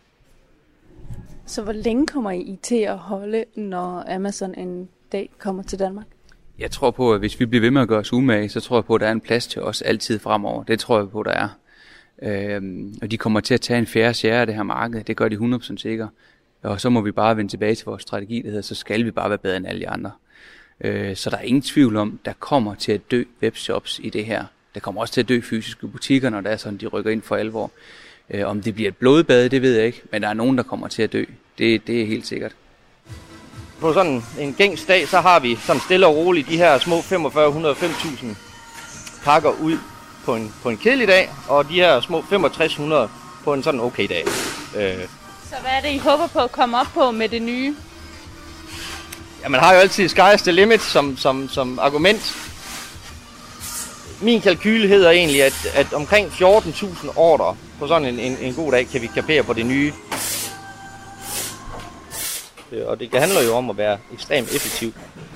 Så hvor længe kommer I til at holde, når Amazon en dag kommer til Danmark? Jeg tror på, at hvis vi bliver ved med at gøre os umage, så tror jeg på, at der er en plads til os altid fremover. Det tror jeg på, der er. Og de kommer til at tage en færre share af det her marked. Det gør de 100% sikkert. Og så må vi bare vende tilbage til vores strategi, der hedder, så skal vi bare være bedre end alle de andre. Så der er ingen tvivl om, der kommer til at dø webshops i det her. Der kommer også til at dø fysiske butikker, når det er sådan, de rykker ind for alvor. Om det bliver et blodbad, det ved jeg ikke, men der er nogen, der kommer til at dø. Det er helt sikkert. På sådan en gængs dag, så har vi sådan stille og roligt de her små 4500-5000 pakker ud på en kedelig dag, og de her små 6500 på en sådan okay dag. Så hvad er det, I håber på at komme op på med det nye? Ja, man har jo altid sky's the limit som argument. Min kalkyl hedder egentlig, at omkring 14.000 ordre på sådan en god dag kan vi kapere på det nye. Og det handler jo om at være ekstremt effektiv.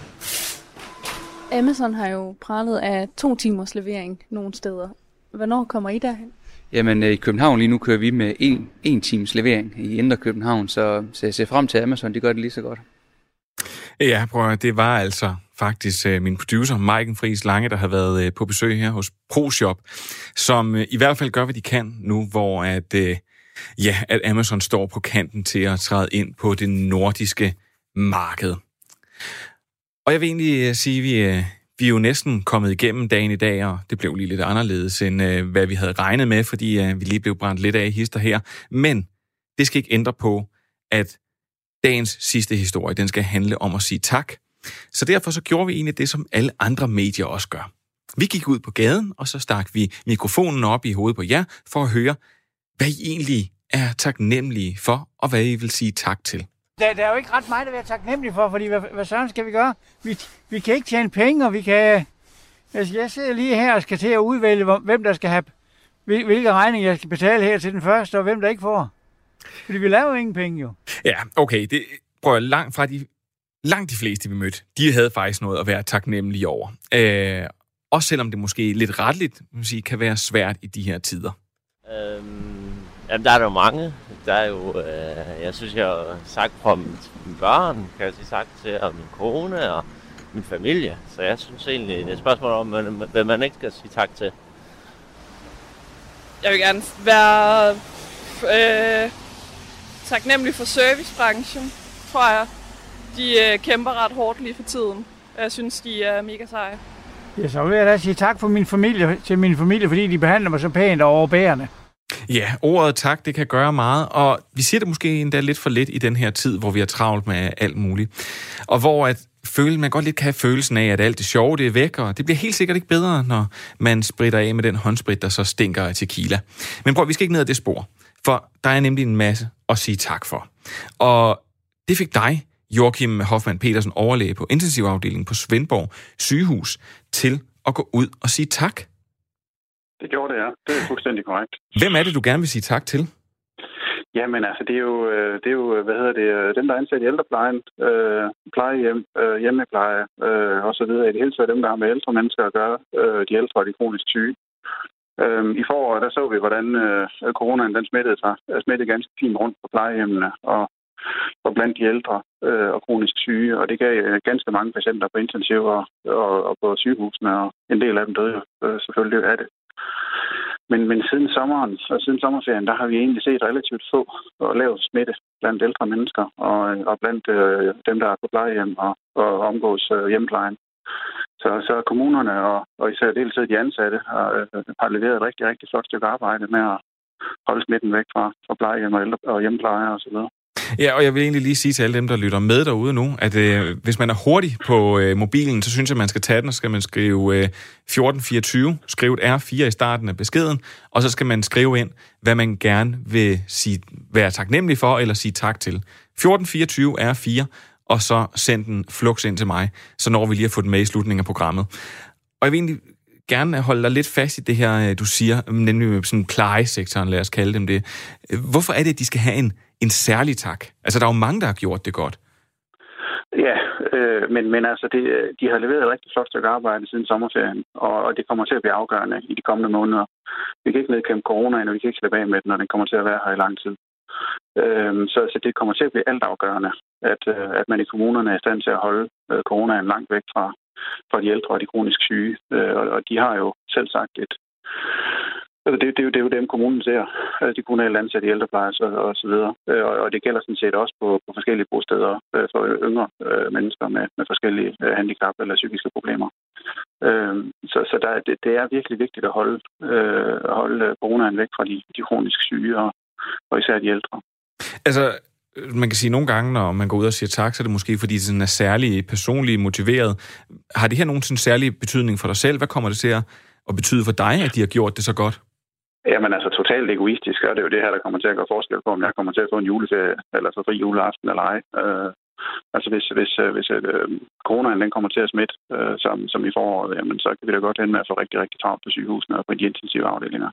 Amazon har jo pralet af 2 timers levering nogle steder. Hvornår kommer I derhen? Jamen i København lige nu kører vi med 1 times levering i Indre København, så jeg ser frem til Amazon, de gør det lige så godt. Ja, prøv at, det var altså faktisk min producer, Maiken Friis Lange, der har været på besøg her hos ProShop, som i hvert fald gør, hvad de kan nu, hvor at Amazon står på kanten til at træde ind på det nordiske marked. Og jeg vil egentlig sige, at vi er jo næsten kommet igennem dagen i dag, og det blev lige lidt anderledes, end hvad vi havde regnet med, fordi vi lige blev brændt lidt af i hister her. Men det skal ikke ændre på, at dagens sidste historie, den skal handle om at sige tak. Så derfor så gjorde vi egentlig det, som alle andre medier også gør. Vi gik ud på gaden, og så stak vi mikrofonen op i hovedet på jer, for at høre, hvad I egentlig er taknemmelige for, og hvad I vil sige tak til. Der er jo ikke ret meget at være taknemmelig for, fordi hvad søren skal vi gøre? Vi kan ikke tjene penge, og vi kan... Jeg sidder lige her og skal til at udvælge, hvem der skal have... Hvilke regning jeg skal betale her til den første, og hvem der ikke får. Fordi vi laver jo ingen penge, jo. Ja, okay. Det prøver langt fra langt de fleste, vi mødte, de havde faktisk noget at være taknemmelige over. Også selvom det måske lidt retligt kan være svært i de her tider. Jamen, der er jo mange. Der er jo, jeg synes, jeg har sagt fra mine børn, kan jeg sige sagt til, og min kone og min familie. Så jeg synes egentlig, det er et spørgsmål om, hvad man ikke skal sige tak til. Jeg vil gerne være taknemmelig for servicebranchen, tror jeg. De kæmper ret hårdt lige for tiden. Jeg synes, de er mega seje. Ja, så vil jeg da sige tak for til min familie, fordi de behandler mig så pænt og overbærende. Ja, ordet tak, det kan gøre meget, og vi siger det måske endda lidt for lidt i den her tid, hvor vi har travlt med alt muligt. Og hvor man godt lidt kan have følelsen af, at alt det sjove, det er væk, og det bliver helt sikkert ikke bedre, når man spritter af med den håndsprit, der så stinker af tequila. Men prøv, vi skal ikke ned ad det spor, for der er nemlig en masse at sige tak for. Og det fik dig, Joachim Hoffmann Petersen, overlæge på intensivafdelingen på Svendborg Sygehus, til at gå ud og sige tak. Det gjorde det, ja. Det er fuldstændig korrekt. Hvem er det, du gerne vil sige tak til? Jamen altså, det er jo dem, der er ansat i ældreplejen, plejehjem, hjemmepleje og så videre. I det hele taget dem, der har med ældre mennesker at gøre, de ældre og de kronisk syge. I foråret, der så vi, hvordan coronaen den smittede ganske fint rundt på plejehjemmene og blandt de ældre og kronisk syge, og det gav ganske mange patienter på intensiv og på sygehusene, og en del af dem døde selvfølgelig af det. Men siden sommeren og siden sommerferien, der har vi egentlig set relativt få og lav smitte blandt ældre mennesker og blandt dem, der er på plejehjem og omgås hjemmeplejen. Så kommunerne og især deltid de ansatte har leveret et rigtig, rigtig flot stykke arbejde med at holde smitten væk fra plejehjem og hjemmepleje og så videre. Ja, og jeg vil egentlig lige sige til alle dem, der lytter med derude nu, at hvis man er hurtig på mobilen, så synes jeg, man skal tage den, og skal man skrive 1424, skrive et R4 i starten af beskeden, og så skal man skrive ind, hvad man gerne vil være taknemmelig for, eller sige tak til. 1424 R4, og så send den flux ind til mig, så når vi lige har fået den med i slutningen af programmet. Og jeg vil egentlig gerne holde dig lidt fast i det her, du siger, nemlig sådan plejesektoren, lad os kalde dem det. Hvorfor er det, at de skal have en særlig tak? Altså, der er jo mange, der har gjort det godt. Ja, men altså, de har leveret et rigtig flot stykke arbejde siden sommerferien, og det kommer til at blive afgørende i de kommende måneder. Vi kan ikke nedkæmpe coronaen, og vi kan ikke slippe af med den, og den kommer til at være her i lang tid. Så det kommer til at blive altafgørende, at man i kommunerne er i stand til at holde coronaen langt væk fra de ældre og de kronisk syge. Og de har jo selv sagt det er jo dem, kommunen ser. De kommunale ansatte i ældrepleje og så videre. Og det gælder sådan set også på forskellige bosteder for yngre mennesker med forskellige handicap eller psykiske problemer. Så det er virkelig vigtigt at holde coronaen væk fra de kronisk syge og især de ældre. Altså, man kan sige, nogle gange, når man går ud og siger tak, så er det måske, fordi det sådan er særlig personligt motiveret. Har det her nogen sådan særlig betydning for dig selv? Hvad kommer det til at betyde for dig, at de har gjort det så godt? Jamen altså, totalt egoistisk er det jo det her, der kommer til at gøre forskel på, om jeg kommer til at få en juleferie, eller så fri juleaften eller ej. Altså, hvis coronaen den kommer til at smitte, som i foråret, jamen, så kan vi da godt ende med at få rigtig, rigtig travlt på sygehusene og på de intensive afdelinger.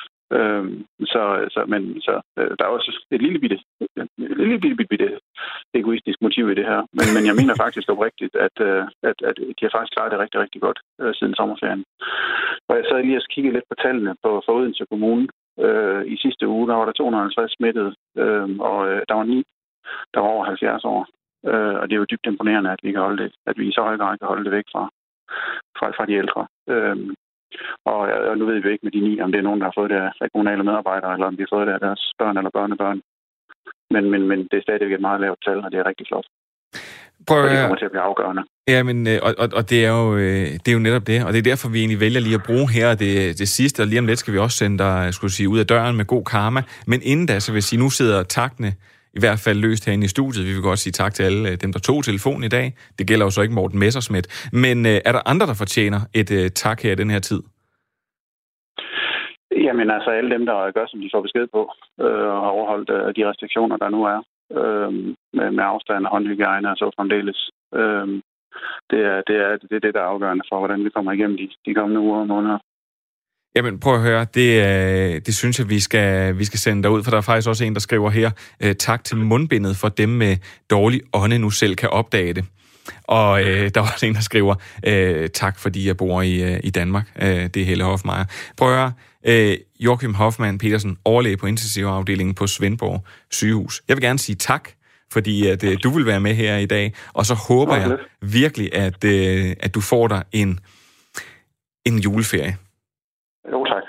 Men der er også et lille bitte egoistisk motiv i det her. Men jeg mener faktisk oprigtigt, at de har faktisk klaret det rigtig, rigtig godt siden sommerferien. Og jeg sad lige og kiggede lidt på tallene for Odense Kommune. I sidste uge, der var der 250 smittede, og der var 9, der var over 70 år. Og det er jo dybt imponerende, at vi i så høj grad kan holde det væk fra de ældre. Og nu ved vi ikke med de 9, om det er nogen, der har fået det af kommunale medarbejdere, eller om de har fået det af deres børn eller børnebørn. Men det er stadigvæk et meget lavt tal, og det er rigtig flot. Og det kommer til at blive afgørende. Ja, men, og det er jo netop det, og det er derfor, vi egentlig vælger lige at bruge her det sidste, og lige om lidt skal vi også sende dig, ud af døren med god karma. Men inden da, så vil jeg sige, nu sidder takkene i hvert fald løst herinde i studiet. Vi vil godt sige tak til alle dem, der tog telefonen i dag. Det gælder jo så ikke Morten Messerschmidt. Men er der andre, der fortjener et tak her i den her tid? Jamen altså alle dem, der gør, som de får besked på, og har overholdt de restriktioner, der nu er, med afstand og håndhygiejne og så fremdeles. Det er det, der er afgørende for, hvordan vi kommer igennem de kommende uger og måneder. Jamen, prøv at høre, det synes jeg, vi skal sende derud, for der er faktisk også en, der skriver her, tak til mundbindet for dem med dårlig ånde nu selv kan opdage det. Og der er også en, der skriver, tak fordi jeg bor i Danmark. Det er Helle Hofmeier. Prøv at høre, Joachim Hoffmann Petersen, overlæge på intensivafdelingen på Svendborg sygehus. Jeg vil gerne sige tak, fordi at du vil være med her i dag, og så håber jeg virkelig, at du får dig en juleferie. Jo, tak.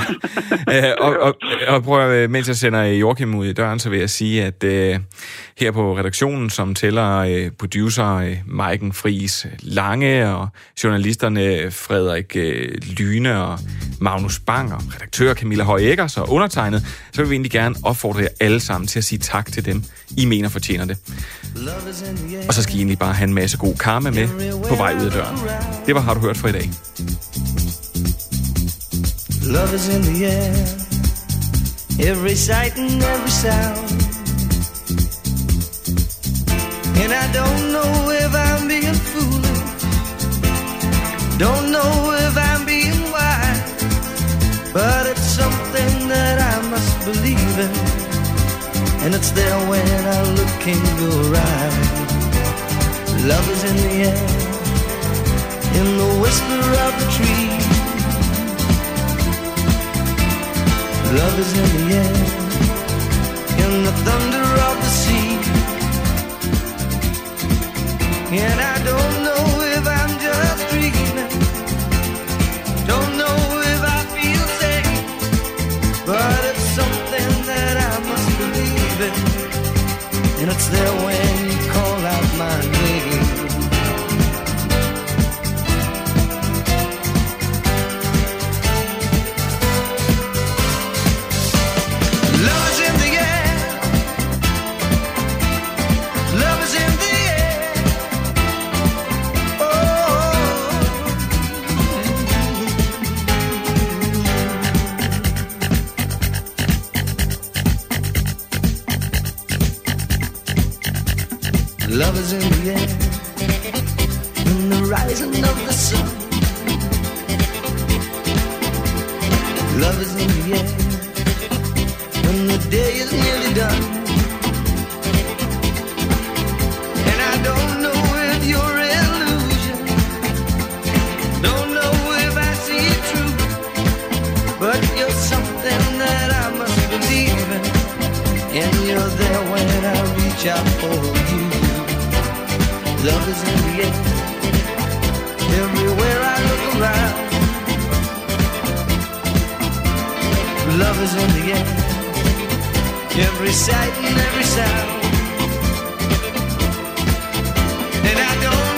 og prøv at, mens jeg sender Joachim ud i døren, så vil jeg sige, at her på redaktionen, som tæller producer Maiken Friis Lange og journalisterne Frederik Lyne og Magnus Bang og redaktør Camilla Høj-Eggers og undertegnet, så vil vi egentlig gerne opfordre jer alle sammen til at sige tak til dem, I mener fortjener det. Og så skal I egentlig bare have en masse god karma med på vej ud af døren. Det var Har du hørt for i dag. Love is in the air, every sight and every sound. And I don't know if I'm being foolish, don't know if I'm being wise, but it's something that I must believe in, and it's there when I look in your eyes. Love is in the air, in the whisper of the trees. Love is in the air, in the thunder of the sea. And I don't know if I'm just dreaming, don't know if I feel safe, but it's something that I must believe in, and it's there when you call out my name. Love is in the air, in the rising of the sun. Love is in the air, when the day is nearly done. And I don't know if you're illusion, don't know if I see it true, but you're something that I must believe in, and you're there when I reach out for you. Love is in the air, everywhere I look around. Love is in the air, every sight and every sound. And I don't